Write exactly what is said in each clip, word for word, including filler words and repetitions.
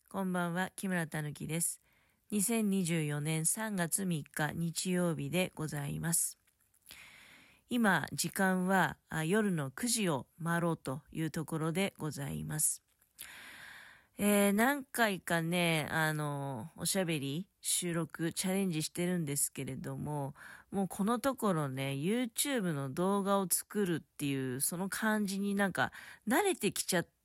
こんばんは、木村たぬきです。にせんにじゅうよねんさんがつみっか日曜日でございます。今、時間は夜のくじを回ろうというところでございます。えー、何回かね、あの、おしゃべり、収録、チャレンジしてるんですけれども、もうこのところね、YouTube の動画を作るっていう、その感じになんか慣れてきちゃって、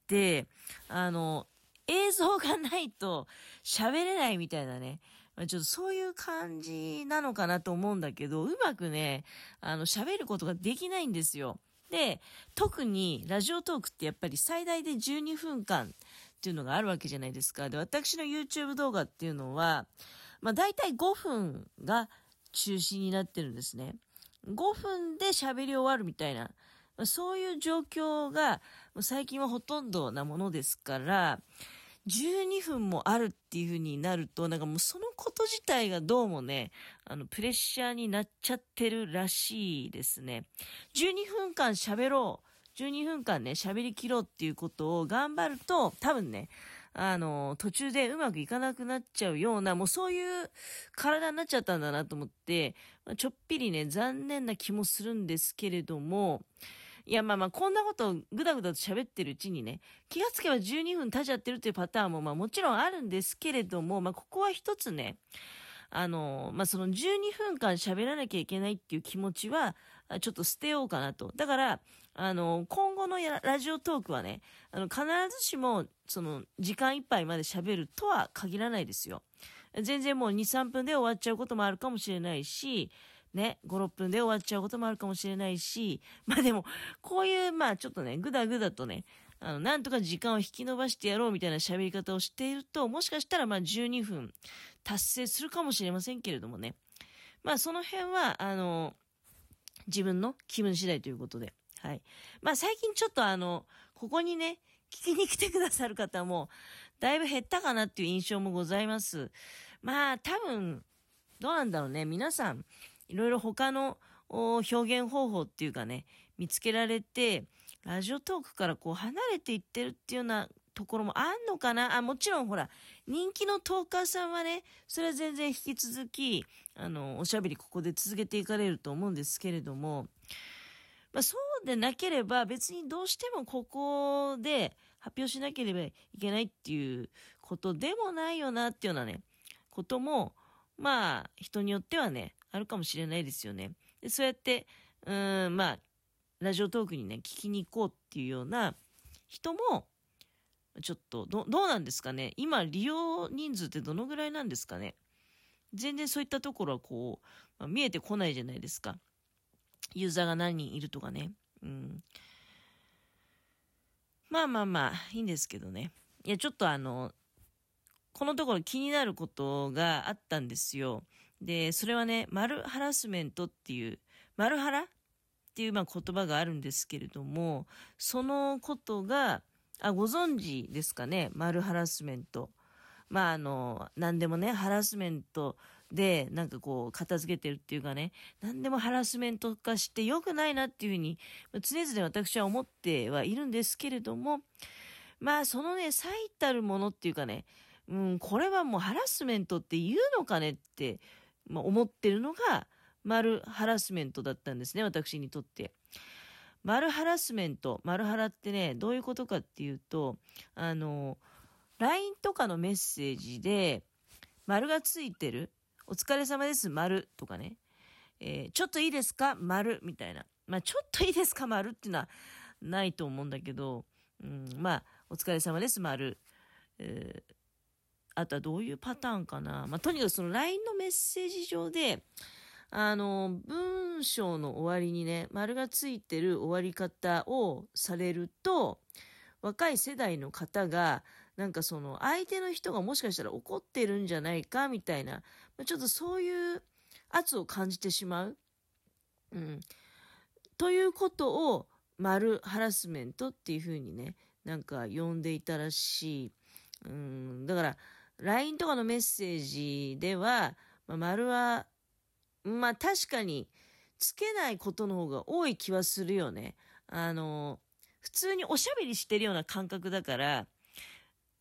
あの、映像がないと喋れないみたいなね、ちょっとそういう感じなのかなと思うんだけど、うまくね、あの、喋ることができないんですよ。で、特にラジオトークってやっぱり最大でじゅうにふんかんっていうのがあるわけじゃないですか。で、私の YouTube 動画っていうのは、まあ大体ごふんが中心になってるんですね。ごふんで喋り終わるみたいな、そういう状況が最近はほとんどなものですから、じゅうにふんもあるっていう風になると、なんかもうそのこと自体がどうもね、あの、プレッシャーになっちゃってるらしいですね。じゅうにふんかん喋ろう。じゅうにふんかんね、喋り切ろうっていうことを頑張ると、多分ね、あの、途中でうまくいかなくなっちゃうような、もうそういう体になっちゃったんだなと思って、ちょっぴりね、残念な気もするんですけれども、いや、まあまあ、こんなことをぐだぐだと喋ってるうちにね、気がつけばじゅうにふん経っちゃってるっていうパターンも、まあもちろんあるんですけれども、まあここは一つね、あの、まあそのじゅうにふんかん喋らなきゃいけないっていう気持ちは、ちょっと捨てようかなと。だから、あの、今後のラジオトークはね、あの、必ずしも、その、時間いっぱいまで喋るとは限らないですよ。全然もうに、さんぷんで終わっちゃうこともあるかもしれないし、ね、ご、ろっぷんで終わっちゃうこともあるかもしれないし、まあでも、こういう、まあちょっとね、ぐだぐだとね、あの、なんとか時間を引き延ばしてやろうみたいな喋り方をしていると、もしかしたらまあじゅうにふん達成するかもしれませんけれどもね。まあその辺は、あの、自分の気分次第ということで。はい。まあ最近ちょっとあの、ここにね、聞きに来てくださる方も、だいぶ減ったかなっていう印象もございます。まあ多分、どうなんだろうね。皆さん、いろいろ他の表現方法っていうかね、見つけられて、ラジオトークからこう離れていってるっていうようなところもあんのかな。あ、もちろんほら、人気のトーカーさんはね、それは全然引き続き、あの、おしゃべりここで続けていかれると思うんですけれども、まあそうでなければ別にどうしてもここで発表しなければいけないっていうことでもないよなっていうようなね、ことも、まあ人によってはね、あるかもしれないですよね。でそうやって、うーん、まあ、ラジオトークにね、聞きに行こうっていうような人も、ちょっと、ど、どうなんですかね。今、利用人数ってどのぐらいなんですかね。全然そういったところはこう、まあ、見えてこないじゃないですか。ユーザーが何人いるとかね。うん。まあまあまあ、いいんですけどね。いや、ちょっとあの、このところ気になることがあったんですよ。で、それはね、マルハラスメントっていう、マルハラっていうまあ言葉があるんですけれども、そのことが、あ、ご存知ですかね、マルハラスメント。まああの、何でもね、ハラスメントで、なんかこう、片付けてるっていうかね、何でもハラスメント化して良くないなっていうふうに、常々私は思ってはいるんですけれども、まあそのね、最たるものっていうかね、うん、これはもうハラスメントって言うのかねって、まあ、思ってるのが、マルハラスメントだったんですね、私にとって。マルハラスメント、マルハラってね、どういうことかっていうと、あの、ライン とかのメッセージで、丸がついてる。お疲れ様です、丸とかね。えー、ちょっといいですか丸みたいな。まあ、ちょっといいですか丸っていうのはないと思うんだけど、うん、まあ、お疲れ様です、丸。えー、あとはどういうパターンかな。まあ、とにかくその ライン のメッセージ上で、あの、文章の終わりにね、丸がついてる終わり方をされると、若い世代の方が、なんかその相手の人がもしかしたら怒ってるんじゃないかみたいな、ちょっとそういう圧を感じてしまう。うん。ということを、マルハラスメントっていうふうにね、なんか呼んでいたらしい。うん。だから、ライン とかのメッセージでは、まあ、丸は、まあ確かにつけないことの方が多い気はするよね。あの、普通におしゃべりしてるような感覚だから、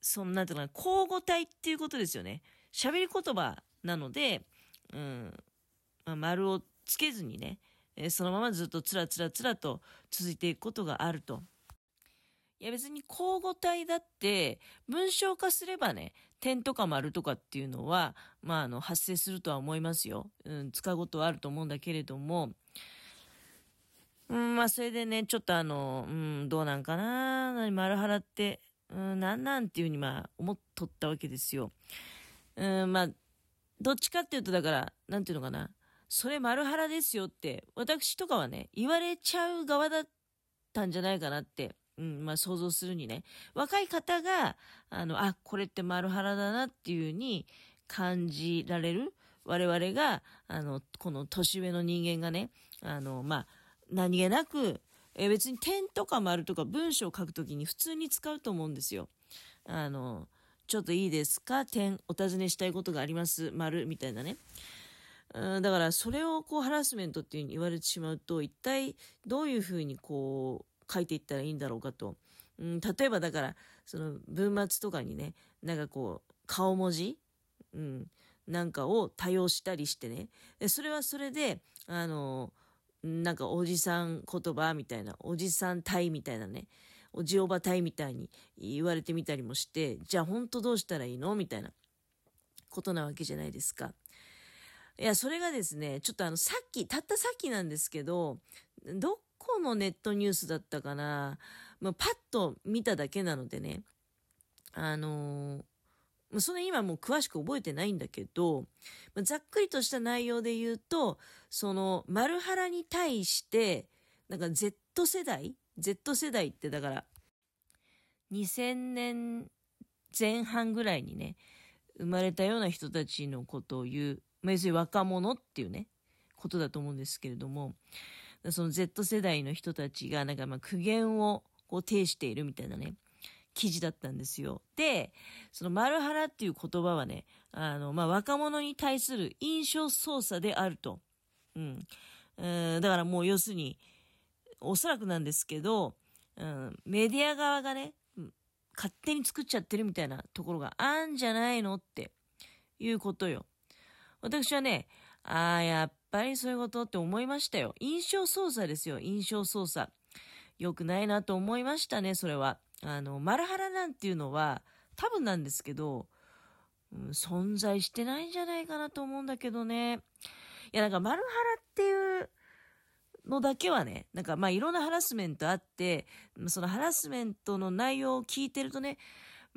そんなんていうのかな、交互体っていうことですよね。喋り言葉なので、うん、まあ、丸をつけずにね、えーそのままずっとつらつらつらと続いていくことがあると。いや別に交互体だって文章化すればね、点とか丸とかっていうのは、まあ、あの発生するとは思いますよ。うん、使うことはあると思うんだけれども、うん、まあそれでね、ちょっとあの、うん、どうなんかな、何丸払って、うん、なんなんっていうふうにまあ思っとったわけですよ。うん、まあ、どっちかっていうとだから、なんていうのかな、それ丸腹ですよって、私とかはね、言われちゃう側だったんじゃないかなって、うん、まあ想像するにね、若い方が、あの、あ、これって丸腹だなっていうふうに感じられる、我々が、あの、この年上の人間がね、あの、まあ、何気なく、え別に点とか丸とか文章を書くときに普通に使うと思うんですよ。あの、ちょっといいですか点、お尋ねしたいことがあります。丸みたいなね。うん、だからそれをこうハラスメントっていうふうに言われてしまうと、一体どういうふうにこう書いていったらいいんだろうかと。うん、例えばだからその文末とかにね、なんかこう顔文字、うん、なんかを多用したりしてね、でそれはそれであのなんかおじさん言葉みたいな、おじさん体みたいなね、おじおば体みたいに言われてみたりもして、じゃあ本当どうしたらいいのみたいなことなわけじゃないですか。いや、それがですね、ちょっとあの、さっき、たったさっきなんですけど、どこのネットニュースだったかな、まあ、パッと見ただけなのでね、あのーまあそれ今もう詳しく覚えてないんだけど、まあざっくりとした内容で言うと、その、マルハラに対して、なんか Z 世代 ?Z 世代ってだから、にせんねんぜん半ぐらいにね、生まれたような人たちのことを言う、まあ、要するに若者っていうね、ことだと思うんですけれども、その Z 世代の人たちがなんかまあ苦言をこう呈しているみたいなね、記事だったんですよ。で、そのマルハラっていう言葉はね、あの、まあ、若者に対する印象操作であると。うん。えーだからもう要するに、おそらくなんですけど、うん、メディア側がね、うん勝手に作っちゃってるみたいなところがあんじゃないのっていうことよ。私はね、ああ、やっぱりそういうことって思いましたよ。印象操作ですよ、印象操作。良くないなと思いましたね、それは。あの、マルハラなんていうのは、多分なんですけど、うん、存在してないんじゃないかなと思うんだけどね。いや、なんかマルハラっていうのだけはね、なんかまあいろんなハラスメントあって、そのハラスメントの内容を聞いてるとね、うん、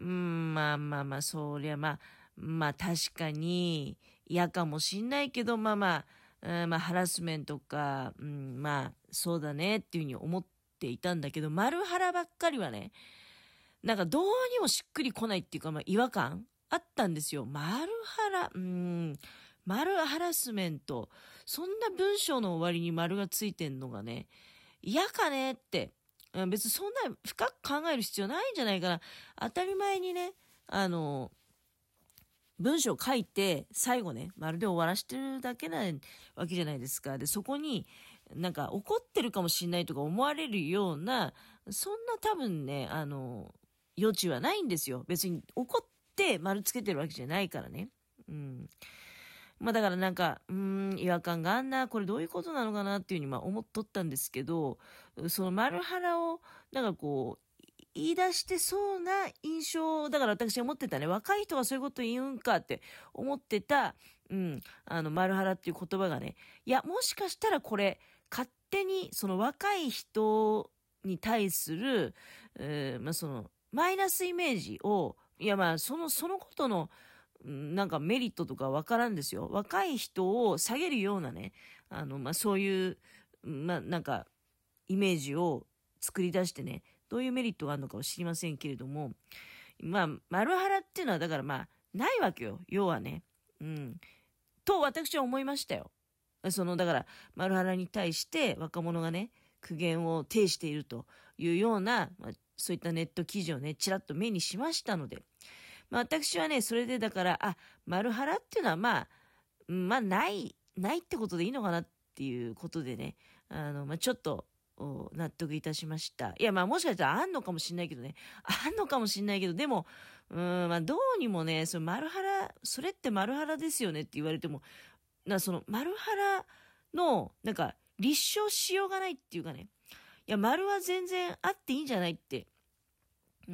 まあまあまあ、そりゃまあ、まあ確かに嫌かもしんないけど、まあまあ、うん、まあハラスメントか、うん、まあそうだねっていうふうに思っていたんだけど、マルハラばっかりはね、なんかどうにもしっくりこないっていうか、まあ違和感あったんですよ。マルハラ、うん、マルハラスメント。そんな文章の終わりに丸がついてんのがね、嫌かねって。うん別にそんな深く考える必要ないんじゃないかな。当たり前にね、あの、文章を書いて、最後ね、まるで終わらしてるだけなわけじゃないですか。で、そこに、なんか怒ってるかもしれないとか思われるような、そんな多分ね、あの、余地はないんですよ。別に怒って丸つけてるわけじゃないからね。うん。まあだからなんか、うーん、違和感があんな、これどういうことなのかなっていうふうにまあ思っとったんですけど、その丸腹を、なんかこう、言い出してそうな印象、だから私は思ってたね、若い人がそういうこと言うんかって思ってた、うん、あの、丸腹っていう言葉がね、いや、もしかしたらこれ、勝手にその若い人に対する、えーまあその、マイナスイメージを、いやまあ、その、そのことの、うんなんかメリットとかわからんですよ。若い人を下げるようなね、あの、まあ、そういう、まあ、なんか、イメージを作り出してね、どういうメリットがあるのかは知りませんけれども、まあ、丸腹っていうのは、だからまあ、ないわけよ。要はね。うん。と、私は思いましたよ。その、だから、丸腹に対して若者がね、苦言を呈しているというような、まあ、そういったネット記事をね、ちらっと目にしましたので、まあ、私はね、それでだから、あ、丸腹っていうのはまあ、うんまあ、ない、ないってことでいいのかなっていうことでね、あの、まあ、ちょっと、納得いたしました。いや、まあ、もしかしたらあんのかもしんないけどね。あんのかもしんないけど、でも、 うん、まあ、どうにもね、そのマルハラ、それってマルハラですよねって言われても、な、そのマルハラの、なんか、立証しようがないっていうかね、いや、丸は全然あっていいんじゃないって。うん。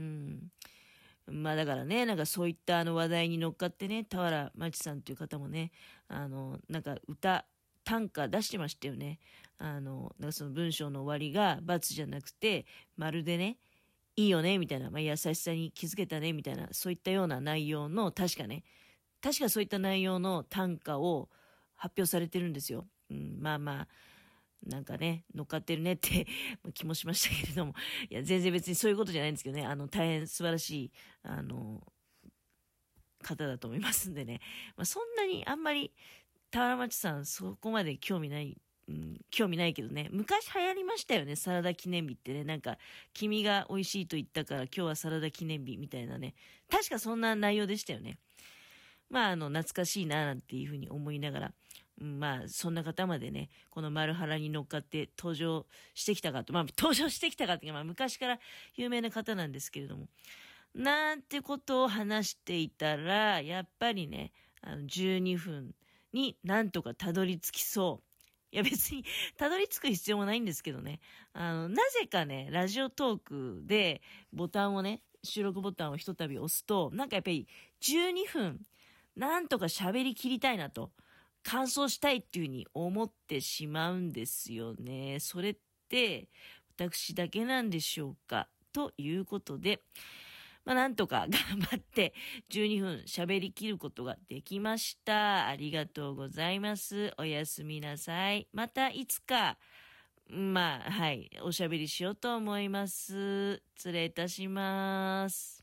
まあだからね、なんかそういったあの話題に乗っかってね、俵真知さんっていう方もね、あの、なんか歌、短歌出してましたよね。あの、なんかその文章の終わりが×じゃなくて、まるでね、いいよね、みたいな、まあ、優しさに気づけたね、みたいな、そういったような内容の、確かね、確かそういった内容の短歌を発表されてるんですよ。うん、まあまあ、なんかね、乗っかってるねって気もしましたけれども、いや、全然別にそういうことじゃないんですけどね、あの、大変素晴らしい、あの、方だと思いますんでね、まあ、そんなにあんまり、俵町さん、そこまで興味ない、うん、興味ないけどね、昔流行りましたよね、サラダ記念日ってね、なんか、君が美味しいと言ったから今日はサラダ記念日みたいなね、確かそんな内容でしたよね。まあ、あの、懐かしいな、なんていうふうに思いながら、うん、まあ、そんな方までね、この丸原に乗っかって登場してきたかと、まあ、登場してきたかっていうか、まあ、昔から有名な方なんですけれども、なんてことを話していたら、やっぱりね、あの、じゅうにふんになんとかたどり着きそう。いや別にたどり着く必要もないんですけどね。あの、なぜかね、ラジオトークでボタンをね、収録ボタンをひとたび押すと、なんかやっぱりじゅうにふん、なんとか喋り切りたいなと、感想したいっていうふうに思ってしまうんですよね。それって、私だけなんでしょうかということで、まあ、なんとか頑張ってじゅうにふん喋り切ることができました。ありがとうございます。おやすみなさい。またいつか、まあ、はい、おしゃべりしようと思います。失礼いたします。